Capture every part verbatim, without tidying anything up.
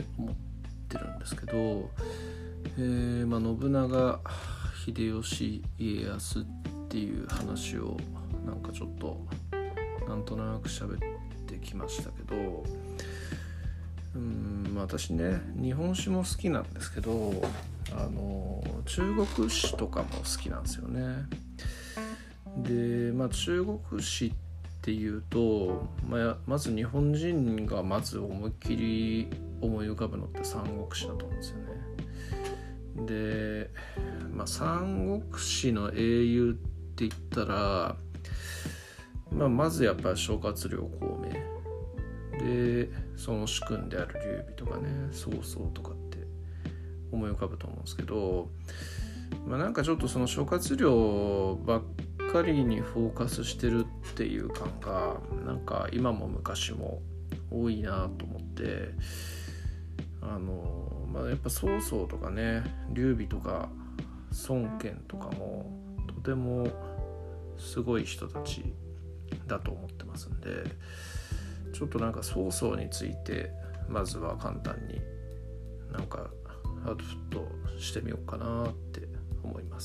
思ってるんですけど、えーまあ、信長、秀吉、家康っていう話をなんかちょっとなんとなく喋ってきましたけど、うーん、まあ、私ね日本史も好きなんですけど、あの中国史とかも好きなんですよね。で、まあ、中国史っていうと、まあ、まず日本人がまず思いっきり思い浮かぶのって三国志だと思うんですよね。で、まあ、三国志の英雄って言ったら、まあ、まずやっぱり諸葛亮孔明で、その主君である劉備とかね、曹操とかって思い浮かぶと思うんですけど、まあ、なんかちょっとその諸葛亮ばっかりにフォーカスしてるっていう感がなんか今も昔も多いなと思って、あの、まあ、やっぱ曹操とかね、劉備とか孫権とかもとてもすごい人たちだと思ってますんで、ちょっとなんか曹操についてまずは簡単になんかアウトプットしてみようかなって思います。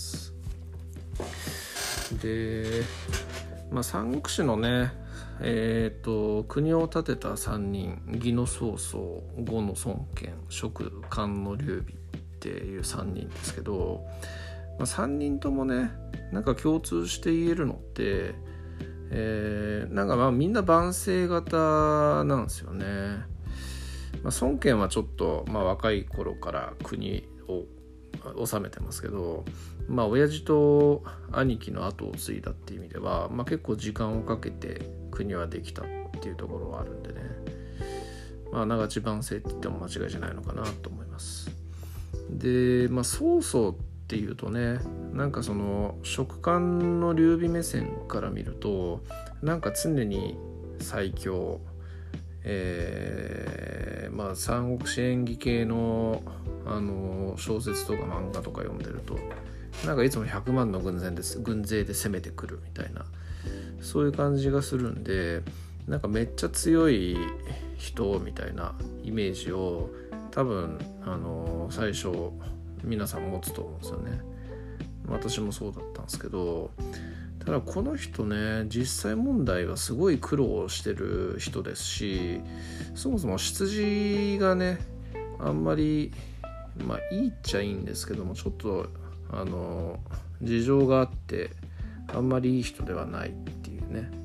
で、まあ、三国志のね、えー、と国を建てたさんにん、魏の曹操、呉の孫権、蜀漢の劉備っていうさんにんですけど、まあ、さんにんともねなんか共通して言えるのって、えー、なんかまあみんな万世型なんですよね。まあ、孫権はちょっと、まあ、若い頃から国を治めてますけど、まあ親父と兄貴の後を継いだっていう意味では、まあ、結構時間をかけて国はできたっていうところはあるんでね、まあ長地万世って言っても間違いじゃないのかなと思います。で、まあ曹操っていうとね、なんかその蜀漢の劉備目線から見るとなんか常に最強、えー、まあ三国志演義系のあの小説とか漫画とか読んでるとなんかいつもひゃくまんの軍勢です軍勢で攻めてくるみたいな、そういう感じがするんで、なんかめっちゃ強い人みたいなイメージを多分あの最初皆さん持つと思うんですよね。私もそうだったんですけど、ただこの人ね実際問題はすごい苦労してる人ですし、そもそも出自がねあんまりまあいいっちゃいいんですけども、ちょっとあの事情があってあんまりいい人ではないっていうね、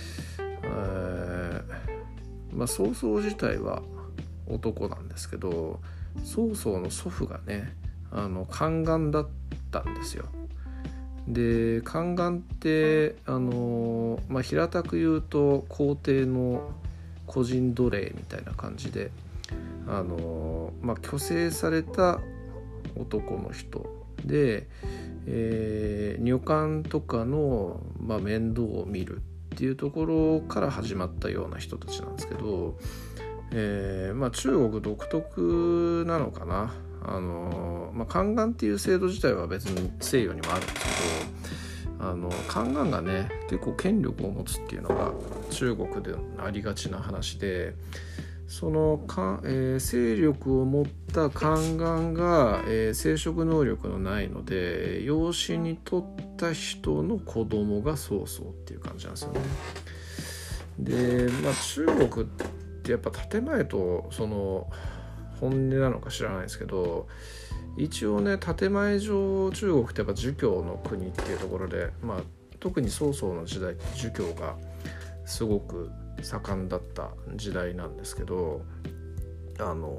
えー、まあ曹操自体は男なんですけど、曹操の祖父がねあの宦官だったんですよ。で宦官ってあの、まあ、平たく言うと皇帝の個人奴隷みたいな感じで、あの、まあ、虚勢された男の人で、えー、女官とかの、まあ、面倒を見るっていうところから始まったような人たちなんですけど、えーまあ、中国独特なのかな。あのまあ、宦官っていう制度自体は別に西洋にもあるんですけど、あの宦官がね結構権力を持つっていうのが中国でありがちな話で、そのか、えー、勢力を持った宦官が、えー、生殖能力のないので養子に取った人の子供が曹操っていう感じなんですよね。で、まあ、中国ってやっぱ建前とその本音なのか知らないですけど、一応ね建前上中国ってやっぱ儒教の国っていうところで、まあ、特に曹操の時代って儒教がすごく盛んだった時代なんですけど、あの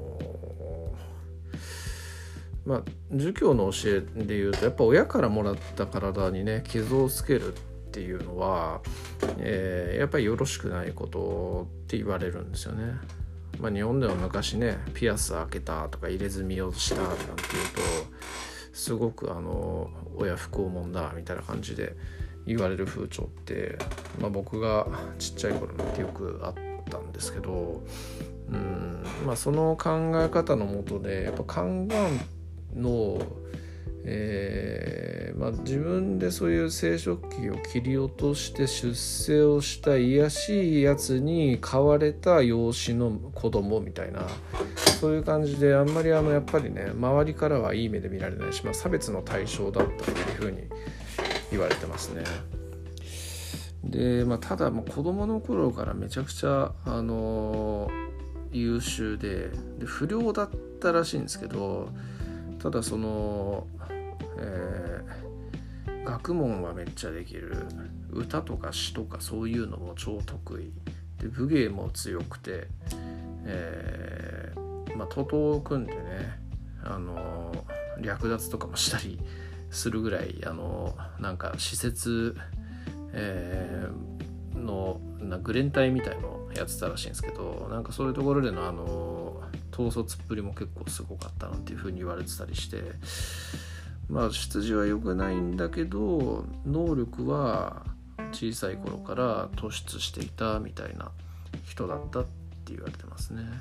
まあ儒教の教えでいうとやっぱ親からもらった体にね傷をつけるっていうのは、えー、やっぱりよろしくないことって言われるんですよね。まあ、日本では昔ねピアス開けたとか入れ墨をしたなんていうとすごくあの親不孝者だみたいな感じで言われる風潮って、まあ、僕がちっちゃい頃ってよくあったんですけど、うん、まあ、その考え方のもとでやっぱ宦官の、 えーまあ、自分でそういう生殖器を切り落として出世をした卑しいやつに飼われた養子の子供みたいな、そういう感じで、あんまりあのやっぱりね周りからはいい目で見られないし、まあ、差別の対象だったというふうに言われてますね。で、まあ、ただもう子供の頃からめちゃくちゃ、あのー、優秀 で, で不良だったらしいんですけど、ただその、えー、学問はめっちゃできる、歌とか詩とかそういうのも超得意で、武芸も強くて、えーまあ、徒党を組んでね、あのー、略奪とかもしたりするぐらい、あのー、なんか施設えー、のなグレン隊みたいのやってたらしいんですけど、なんかそういうところでのあの統率っぷりも結構すごかったなんていう風に言われてたりして、まあ出自は良くないんだけど能力は小さい頃から突出していたみたいな人だったって言われてますね。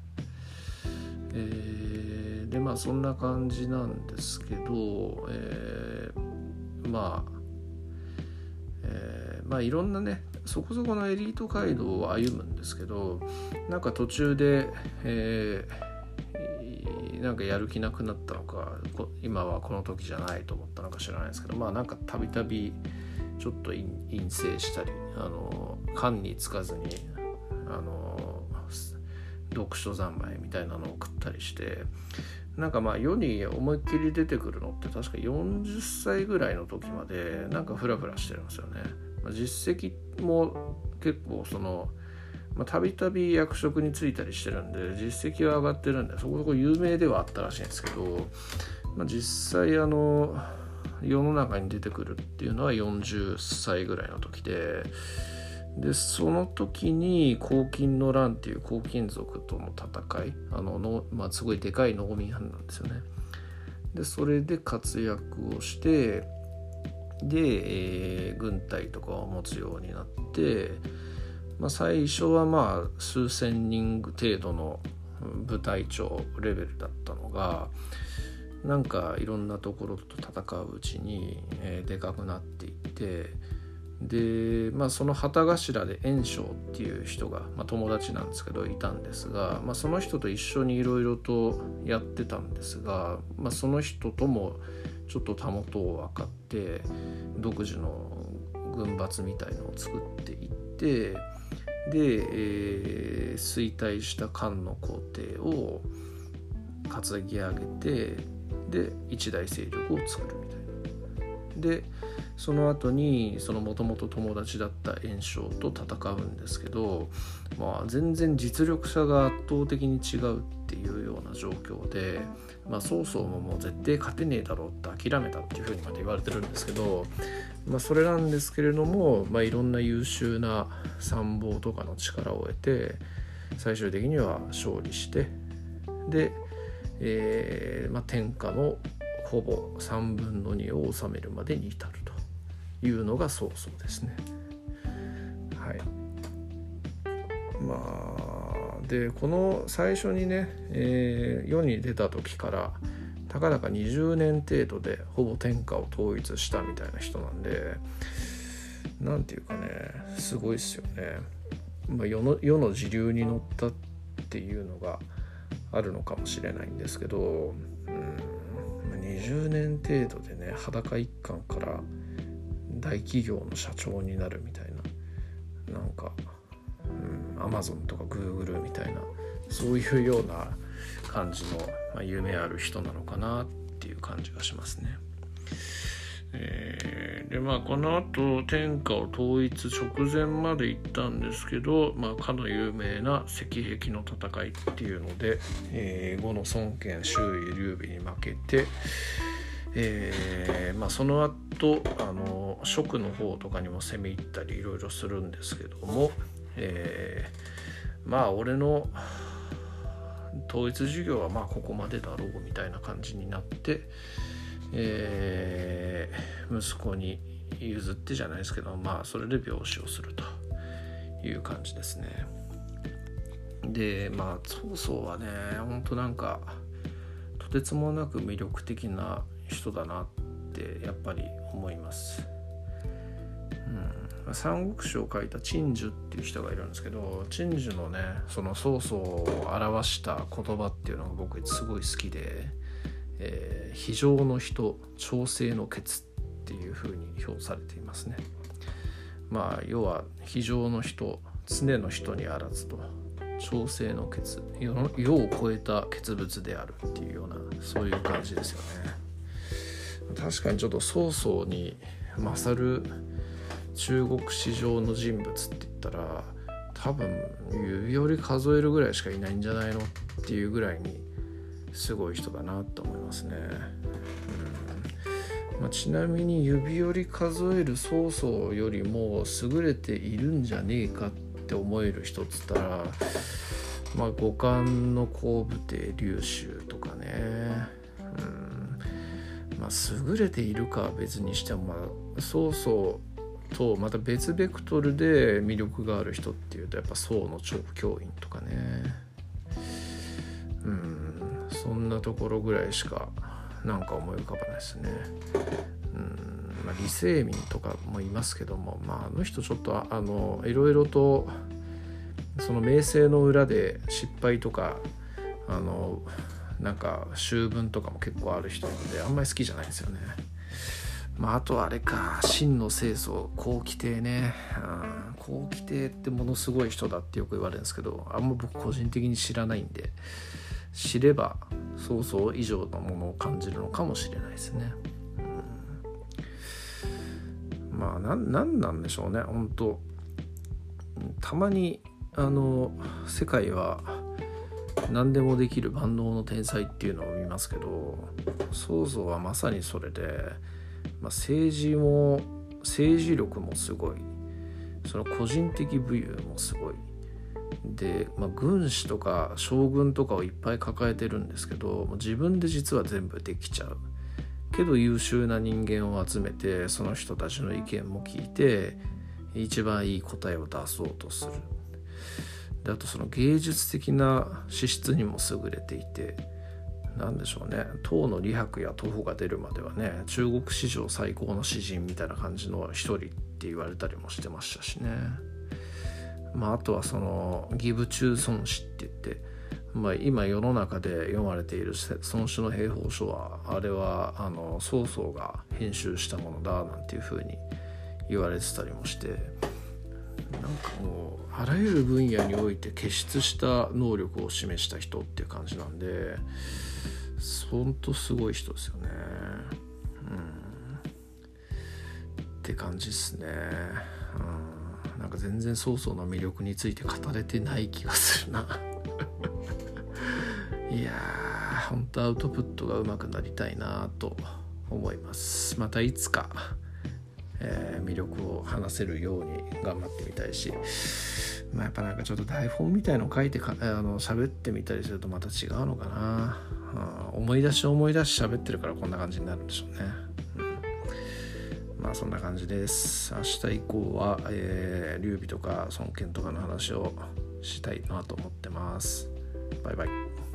えー、でまあそんな感じなんですけど、えー、まあえー、まあいろんなねそこそこのエリート街道を歩むんですけど、なんか途中で、えー、なんかやる気なくなったのか、今はこの時じゃないと思ったのか知らないですけど、まあなんかたびたびちょっと陰性したり、あの缶につかずにあの読書三昧みたいなのを食ったりして、なんかまあ世に思いっきり出てくるのって確かよんじゅっさいぐらいの時までなんかフラフラしてるんですよね。まあ、実績も結構そのたびたび役職に就いたりしてるんで実績は上がってるんでそこそこ有名ではあったらしいんですけど、まあ、実際あの世の中に出てくるっていうのはよんじゅっさいぐらいの時で、でその時に黄巾の乱っていう黄巾族との戦い、あのの、まあ、すごいでかい農民藩なんですよね。でそれで活躍をしてで、えー、軍隊とかを持つようになって、まあ、最初はまあ数千人程度の部隊長レベルだったのが、なんかいろんなところと戦ううちに、えー、でかくなっていって、で、まあ、その旗頭で袁紹っていう人が、まあ、友達なんですけどいたんですが、まあ、その人と一緒にいろいろとやってたんですが、まあ、その人ともちょっとたもとを分かって独自の軍閥みたいのを作っていって、で、えー、衰退した漢の皇帝を担ぎ上げて、で一大勢力を作るみたいな。でその後にそのもともと友達だった袁紹と戦うんですけど、まあ、全然実力差が圧倒的に違うっていうような状況で、まあ、曹操ももう絶対勝てねえだろうって諦めたっていうふうにまで言われてるんですけど、まあ、それなんですけれども、まあ、いろんな優秀な参謀とかの力を得て最終的には勝利して、で、えーまあ、天下のほぼさんぶんのにを収めるまでに至るというのが曹操ですね。はい。まあでこの最初にね、えー、世に出た時からたかだかにじゅうねん程度でほぼ天下を統一したみたいな人なんで、なんていうかねすごいっすよね。まあ、世の世の時流に乗ったっていうのがあるのかもしれないんですけど、うん、にじゅうねん程度でね裸一貫から大企業の社長になるみたいな、なんか、うん、アマゾンとかグーグルみたいなそういうような感じの、まあ、夢ある人なのかなっていう感じがしますね。えー、でまあこの後天下を統一直前まで行ったんですけど、まあ、かの有名な赤壁の戦いっていうので、えー、呉の孫権周囲劉備に負けて、えーまあ、その後あの蜀の方とかにも攻め入ったりいろいろするんですけども、えー、まあ俺の統一授業はまあここまでだろうみたいな感じになって、えー、息子に譲ってじゃないですけど、まあそれで病死をするという感じですね。でまあ曹操はね本当なんかとてつもなく魅力的な人だなってやっぱり思います。うん、三国志を書いた陳寿っていう人がいるんですけど、陳寿のねその曹操を表した言葉っていうのが僕すごい好きで、えー、非常の人調整のケツっていう風に評されていますね。まあ要は非常の人常の人にあらずと調整のケツ 世, 世を超えた傑物であるっていうようなそういう感じですよね。確かにちょっと曹操に勝る中国史上の人物って言ったら多分指折り数えるぐらいしかいないんじゃないのっていうぐらいにすごい人だなと思いますね。うんまあ、ちなみに指折り数える曹操よりも優れているんじゃねえかって思える人っつったら、まあ、五冠の皇武帝劉秀とかね、うんまあ、優れているかは別にしても、まあ、曹操とまた別ベクトルで魅力がある人っていうとやっぱ宋の張教員とかね、うんそんなところぐらいしかなんか思い浮かばないですね。うんまあ、李世民とかもいますけども、まあ、あの人ちょっとあのいろいろとその名声の裏で失敗とかあのなんか醜聞とかも結構ある人なのであんまり好きじゃないんですよね。まあ、あとはあれか秦の世宗皇輝帝ね、うん、皇輝帝ってものすごい人だってよく言われるんですけど、あんま僕個人的に知らないんで知れば曹操以上のものを感じるのかもしれないですね。うん、まあな ん, なんなんでしょうね本当。たまにあの世界は何でもできる万能の天才っていうのを見ますけど、曹操はまさにそれで、まあ、政治も政治力もすごい、その個人的武勇もすごいで、まあ、軍師とか将軍とかをいっぱい抱えてるんですけど、自分で実は全部できちゃうけど優秀な人間を集めてその人たちの意見も聞いて一番いい答えを出そうとする。であとその芸術的な資質にも優れていて、なんでしょうね、唐の李白や徒歩が出るまではね中国史上最高の詩人みたいな感じの一人って言われたりもしてましたしね。まああとはその義武中孫子って言って、まあ、今世の中で読まれている孫子の兵法書はあれはあの曹操が編集したものだなんていう風に言われてたりもして、なんかもうあらゆる分野において傑出した能力を示した人っていう感じなんで本当すごい人ですよね。うんって感じですね。うんなんか全然曹操の魅力について語れてない気がするないやー本当アウトプットが上手くなりたいなと思います。またいつかえー、魅力を話せるように頑張ってみたいし、まあ、やっぱなんかちょっと台本みたいの書いてかあの喋ってみたりするとまた違うのかな、うん、思い出し思い出し喋ってるからこんな感じになるんでしょうね、うん、まあそんな感じです。明日以降は、えー、劉備とか孫権とかの話をしたいなと思ってます。バイバイ。